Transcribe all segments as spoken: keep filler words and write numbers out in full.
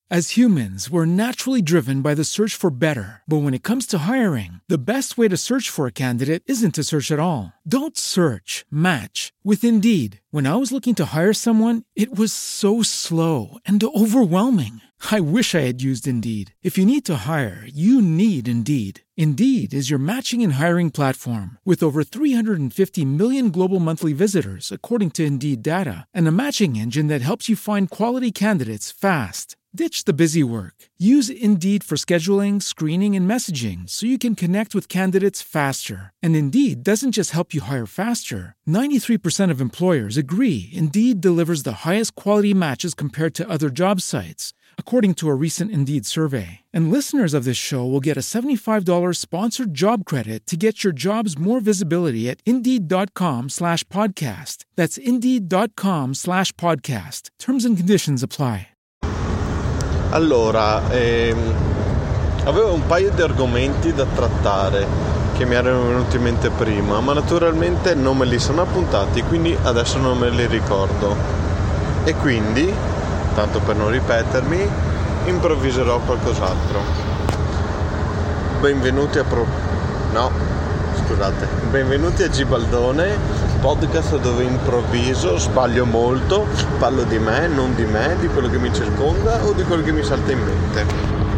As humans, we're naturally driven by the search for better. But when it comes to hiring, the best way to search for a candidate isn't to search at all. Don't search, match with Indeed. When I was looking to hire someone, it was so slow and overwhelming. I wish I had used Indeed. If you need to hire, you need Indeed. Indeed is your matching and hiring platform with over three hundred fifty million global monthly visitors, according to Indeed data, and a matching engine that helps you find quality candidates fast. Ditch the busy work. Use Indeed for scheduling, screening, and messaging so you can connect with candidates faster. And Indeed doesn't just help you hire faster. ninety-three percent of employers agree Indeed delivers the highest quality matches compared to other job sites, according to a recent Indeed survey. And listeners of this show will get a seventy-five dollars sponsored job credit to get your jobs more visibility at Indeed.com slash podcast. That's Indeed.com slash podcast. Terms and conditions apply. Allora, ehm, avevo un paio di argomenti da trattare che mi erano venuti in mente prima, ma naturalmente non me li sono appuntati, quindi adesso non me li ricordo. E quindi, tanto per non ripetermi, improvviserò qualcos'altro. Benvenuti a Pro... No, scusate. Benvenuti a Gibaldone, podcast dove improvviso, sbaglio molto, parlo di me, non di me, di quello che mi circonda o di quello che mi salta in mente.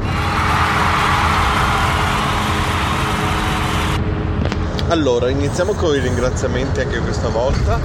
Allora, iniziamo con i ringraziamenti anche questa volta.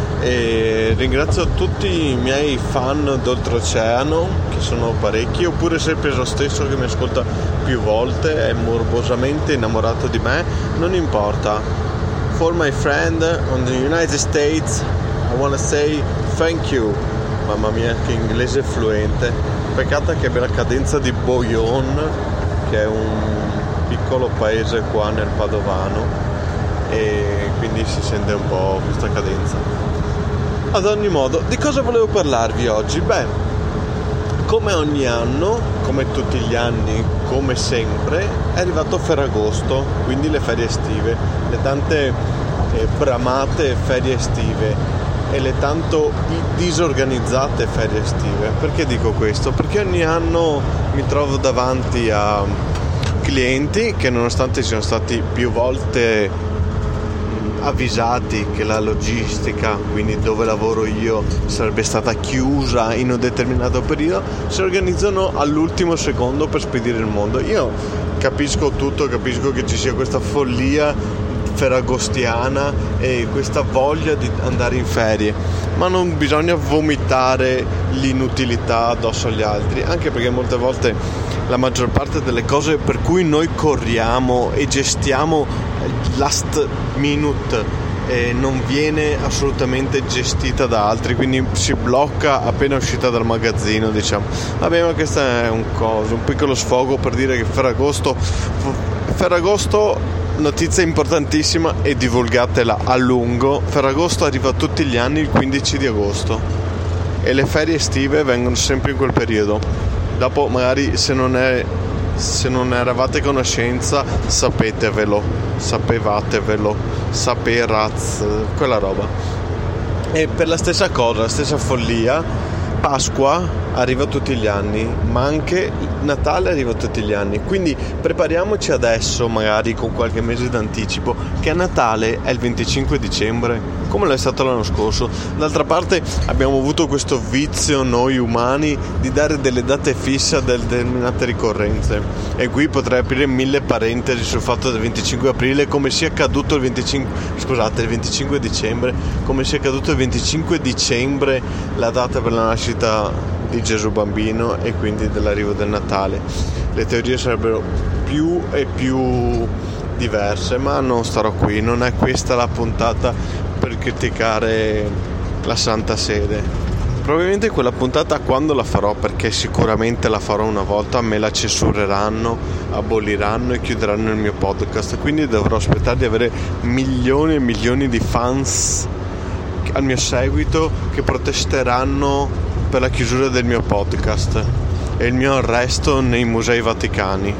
E ringrazio tutti i miei fan d'oltreoceano, che sono parecchi, oppure sempre lo stesso che mi ascolta più volte, è morbosamente innamorato di me, non importa. For my friend on the United States, I want to say thank you. Mamma mia, che inglese fluente. Peccato che abbia la cadenza di Bayonne, che è un piccolo paese qua nel Padovano, e quindi si sente un po' questa cadenza. Ad ogni modo, di cosa volevo parlarvi oggi? Beh, come ogni anno, come tutti gli anni, come sempre, è arrivato Ferragosto, quindi le ferie estive, le tante eh, bramate ferie estive e le tanto disorganizzate ferie estive. Perché dico questo? Perché ogni anno mi trovo davanti a clienti che, nonostante siano stati più volte avvisati che la logistica, quindi dove lavoro io, sarebbe stata chiusa in un determinato periodo, si organizzano all'ultimo secondo per spedire il mondo. Io capisco tutto, capisco che ci sia questa follia ferragostiana e questa voglia di andare in ferie, ma non bisogna vomitare l'inutilità addosso agli altri, anche perché molte volte la maggior parte delle cose per cui noi corriamo e gestiamo last minute e non viene assolutamente gestita da altri, quindi si blocca appena uscita dal magazzino, diciamo. Vabbè, ma questo è un coso, un piccolo sfogo per dire che Ferragosto Ferragosto notizia importantissima e divulgatela a lungo. Ferragosto arriva tutti gli anni il quindici di agosto e le ferie estive vengono sempre in quel periodo. Dopo magari se non è se non eravate a conoscenza, sapetevelo, sapevatevelo, saperaz, quella roba. E per la stessa cosa, la stessa follia, Pasqua arriva tutti gli anni, ma anche Natale arriva tutti gli anni, quindi prepariamoci adesso, magari con qualche mese d'anticipo, che a Natale è il venticinque dicembre, come lo è stato l'anno scorso. D'altra parte abbiamo avuto questo vizio noi umani di dare delle date fisse a determinate ricorrenze, e qui potrei aprire mille parentesi sul fatto del venticinque aprile, come sia accaduto il venticinque scusate il venticinque dicembre, come sia accaduto il venticinque dicembre, la data per la nascita di Gesù bambino e quindi dell'arrivo del Natale. Le teorie sarebbero più e più diverse, ma non starò qui, non è questa la puntata per criticare la Santa Sede. Probabilmente quella puntata, quando la farò, perché sicuramente la farò una volta, me la censureranno, aboliranno e chiuderanno il mio podcast, quindi dovrò aspettare di avere milioni e milioni di fans al mio seguito che protesteranno per la chiusura del mio podcast e il mio arresto nei musei vaticani.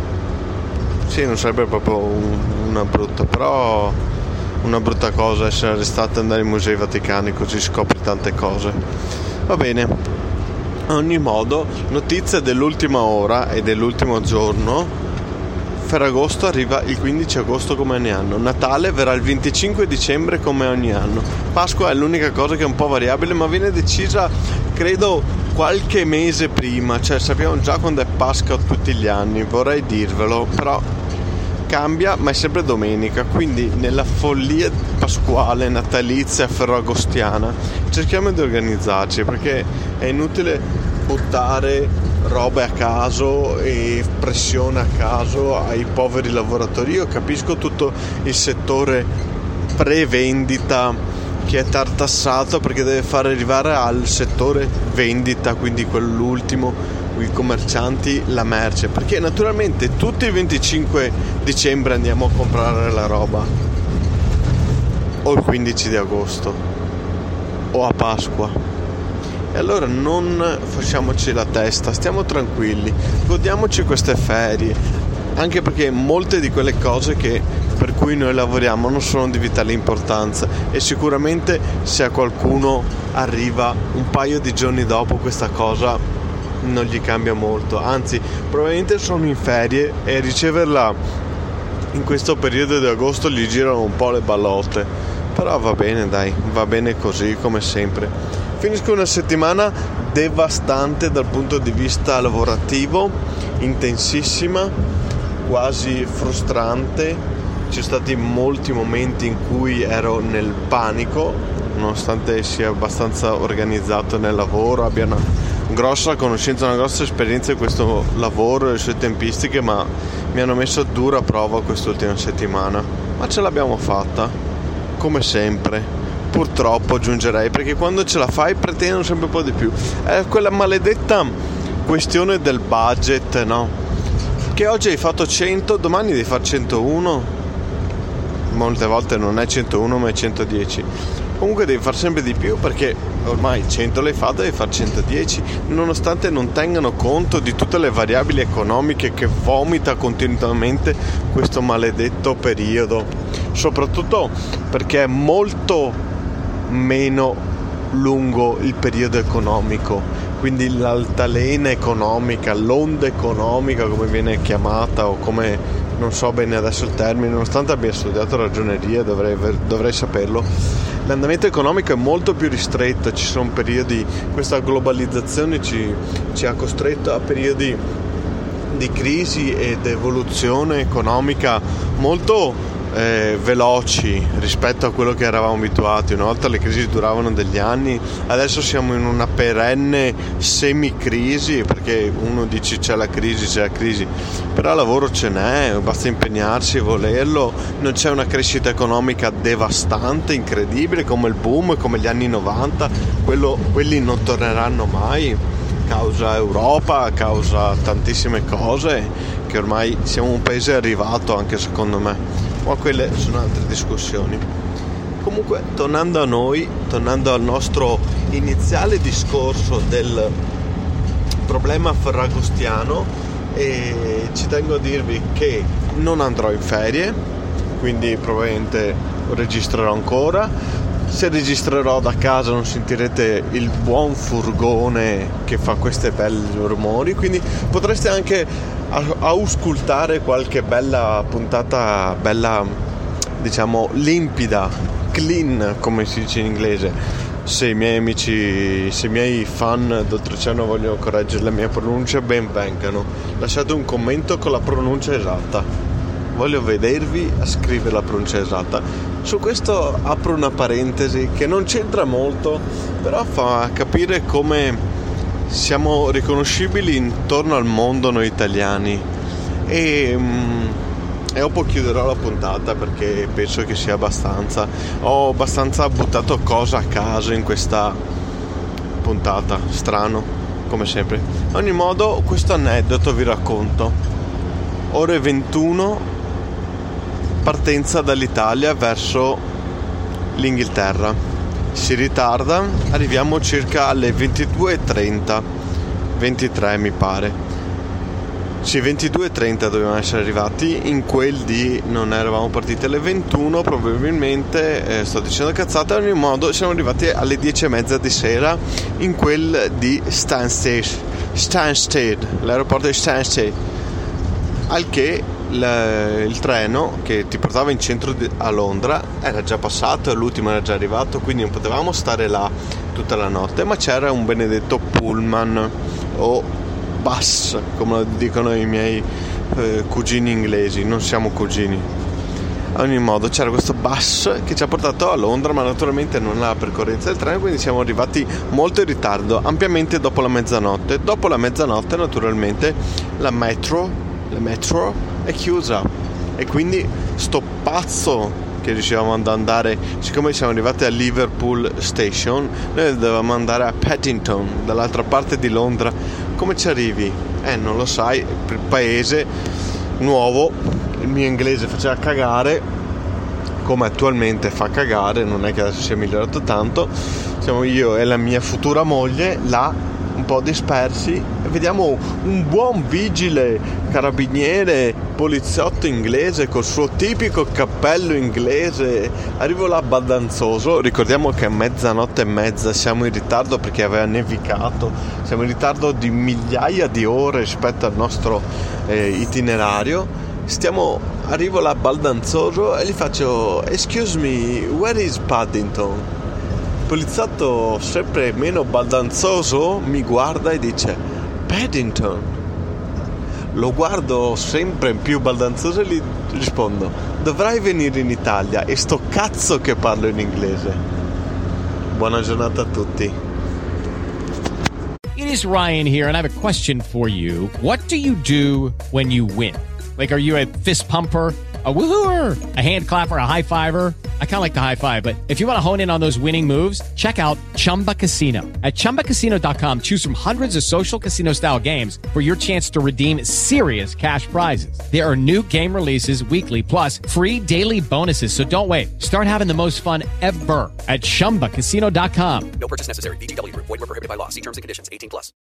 Sì, non sarebbe proprio un, una brutta, però una brutta cosa essere arrestato e andare ai musei vaticani, così scopri tante cose. Va bene, A ogni modo, notizia dell'ultima ora e dell'ultimo giorno: Ferragosto arriva il quindici agosto come ogni anno, Natale verrà il venticinque dicembre come ogni anno, Pasqua è l'unica cosa che è un po' variabile, ma viene decisa credo qualche mese prima, cioè sappiamo già quando è Pasqua tutti gli anni, vorrei dirvelo, però cambia, ma è sempre domenica, quindi nella follia pasquale, natalizia, ferragostiana cerchiamo di organizzarci, perché è inutile buttare robe a caso e pressione a caso ai poveri lavoratori. Io capisco tutto il settore pre-vendita che è tartassato perché deve far arrivare al settore vendita, quindi quell'ultimo, i commercianti, la merce, perché naturalmente tutti il venticinque dicembre andiamo a comprare la roba, o il quindici di agosto o a Pasqua. E allora non facciamoci la testa, stiamo tranquilli, godiamoci queste ferie, anche perché molte di quelle cose che per cui noi lavoriamo non sono di vitale importanza, e sicuramente se a qualcuno arriva un paio di giorni dopo questa cosa non gli cambia molto, anzi probabilmente sono in ferie e riceverla in questo periodo di agosto gli girano un po' le ballotte, però va bene, dai, va bene così come sempre. Finisco una settimana devastante dal punto di vista lavorativo, intensissima, quasi frustrante. Ci sono stati molti momenti in cui ero nel panico, nonostante sia abbastanza organizzato nel lavoro, abbia una grossa conoscenza, una grossa esperienza di questo lavoro e le sue tempistiche, ma mi hanno messo a dura prova quest'ultima settimana. Ma ce l'abbiamo fatta, come sempre. Purtroppo aggiungerei, perché quando ce la fai pretendono sempre un po' di più. È quella maledetta questione del budget, no? Che oggi hai fatto cento, domani devi fare centouno. Molte volte non è centouno ma è centodieci. Comunque devi fare sempre di più, perché ormai cento l'hai fatto, devi fare centodieci, nonostante non tengano conto di tutte le variabili economiche che vomita continuamente questo maledetto periodo. Soprattutto perché è molto meno lungo il periodo economico, quindi l'altalena economica, l'onda economica come viene chiamata, o come non so bene adesso il termine, nonostante abbia studiato ragioneria dovrei, dovrei saperlo. L'andamento economico è molto più ristretto, ci sono periodi, questa globalizzazione ci, ci ha costretto a periodi di crisi ed evoluzione economica molto Eh, veloci rispetto a quello che eravamo abituati. Una volta le crisi duravano degli anni, adesso siamo in una perenne semicrisi, perché uno dice c'è la crisi, c'è la crisi, però lavoro ce n'è, basta impegnarsi e volerlo. Non c'è una crescita economica devastante, incredibile come il boom, come gli anni novanta, quello, quelli non torneranno mai, causa Europa, causa tantissime cose, che ormai siamo un paese arrivato anche secondo me, ma quelle sono altre discussioni. Comunque, tornando a noi, tornando al nostro iniziale discorso del problema ferragostiano, e ci tengo a dirvi che non andrò in ferie, quindi probabilmente registrerò ancora. Se registrerò da casa non sentirete il buon furgone che fa queste belle rumori, quindi potreste anche auscultare qualche bella puntata, bella diciamo limpida, clean come si dice in inglese. Se i miei amici, se i miei fan d'Oltreoceano vogliono correggere la mia pronuncia, ben vengano. Lasciate un commento con la pronuncia esatta, voglio vedervi a scrivere la pronuncia esatta. Su questo apro una parentesi che non c'entra molto, però fa capire come siamo riconoscibili intorno al mondo noi italiani. E, mm, e dopo chiuderò la puntata perché penso che sia abbastanza. Ho abbastanza buttato cosa a caso in questa puntata, strano, come sempre. Ad ogni modo, questo aneddoto vi racconto. Ore ventuno, partenza dall'Italia verso l'Inghilterra. Si ritarda, arriviamo circa alle ventidue e trenta, ventitré mi pare. Sì, ventidue e trenta dovevamo essere arrivati. In quel di non eravamo partiti alle ventuno probabilmente, eh, sto dicendo cazzate. Ad ogni modo siamo arrivati alle dieci e mezza di sera in quel di Stansted, Stansted, l'aeroporto di Stansted, al che il, il treno che ti portava in centro di, a Londra era già passato e l'ultimo era già arrivato, quindi non potevamo stare là tutta la notte, ma c'era un benedetto pullman o bus, come lo dicono i miei eh, cugini inglesi. Non siamo cugini. Ad ogni modo c'era questo bus che ci ha portato a Londra, ma naturalmente non ha la percorrenza del treno, quindi siamo arrivati molto in ritardo, ampiamente dopo la mezzanotte. Dopo la mezzanotte naturalmente la metro, la metro è chiusa e quindi sto pazzo che riuscivamo ad andare, siccome siamo arrivati a Liverpool Station, noi dovevamo andare a Paddington, dall'altra parte di Londra. Come ci arrivi? Eh, non lo sai, il paese nuovo, il mio inglese faceva cagare, come attualmente fa cagare, non è che adesso sia migliorato tanto. Siamo io e la mia futura moglie là, un po' dispersi, e vediamo un buon vigile, carabiniere, poliziotto inglese col suo tipico cappello inglese. Arrivo là baldanzoso, ricordiamo che a mezzanotte e mezza siamo in ritardo perché aveva nevicato, siamo in ritardo di migliaia di ore rispetto al nostro eh, itinerario. Stiamo, arrivo là baldanzoso e gli faccio "Excuse me, where is Paddington?" Il poliziotto, sempre meno baldanzoso, mi guarda e dice "Paddington". Lo guardo sempre più baldanzoso e gli rispondo "Dovrai venire in Italia, e sto cazzo che parlo in inglese". Buona giornata a tutti. It is Ryan here, and I have a question for you. What do you do when you win? Like, are you a fist pumper, a woohooer, a hand clapper, a high fiver? I kind of like the high five, but if you want to hone in on those winning moves, check out Chumba Casino. At chumba casino dot com, choose from hundreds of social casino style games for your chance to redeem serious cash prizes. There are new game releases weekly, plus free daily bonuses. So don't wait. Start having the most fun ever at chumba casino dot com. No purchase necessary. V G W Group. Void where prohibited by law. See terms and conditions. eighteen plus.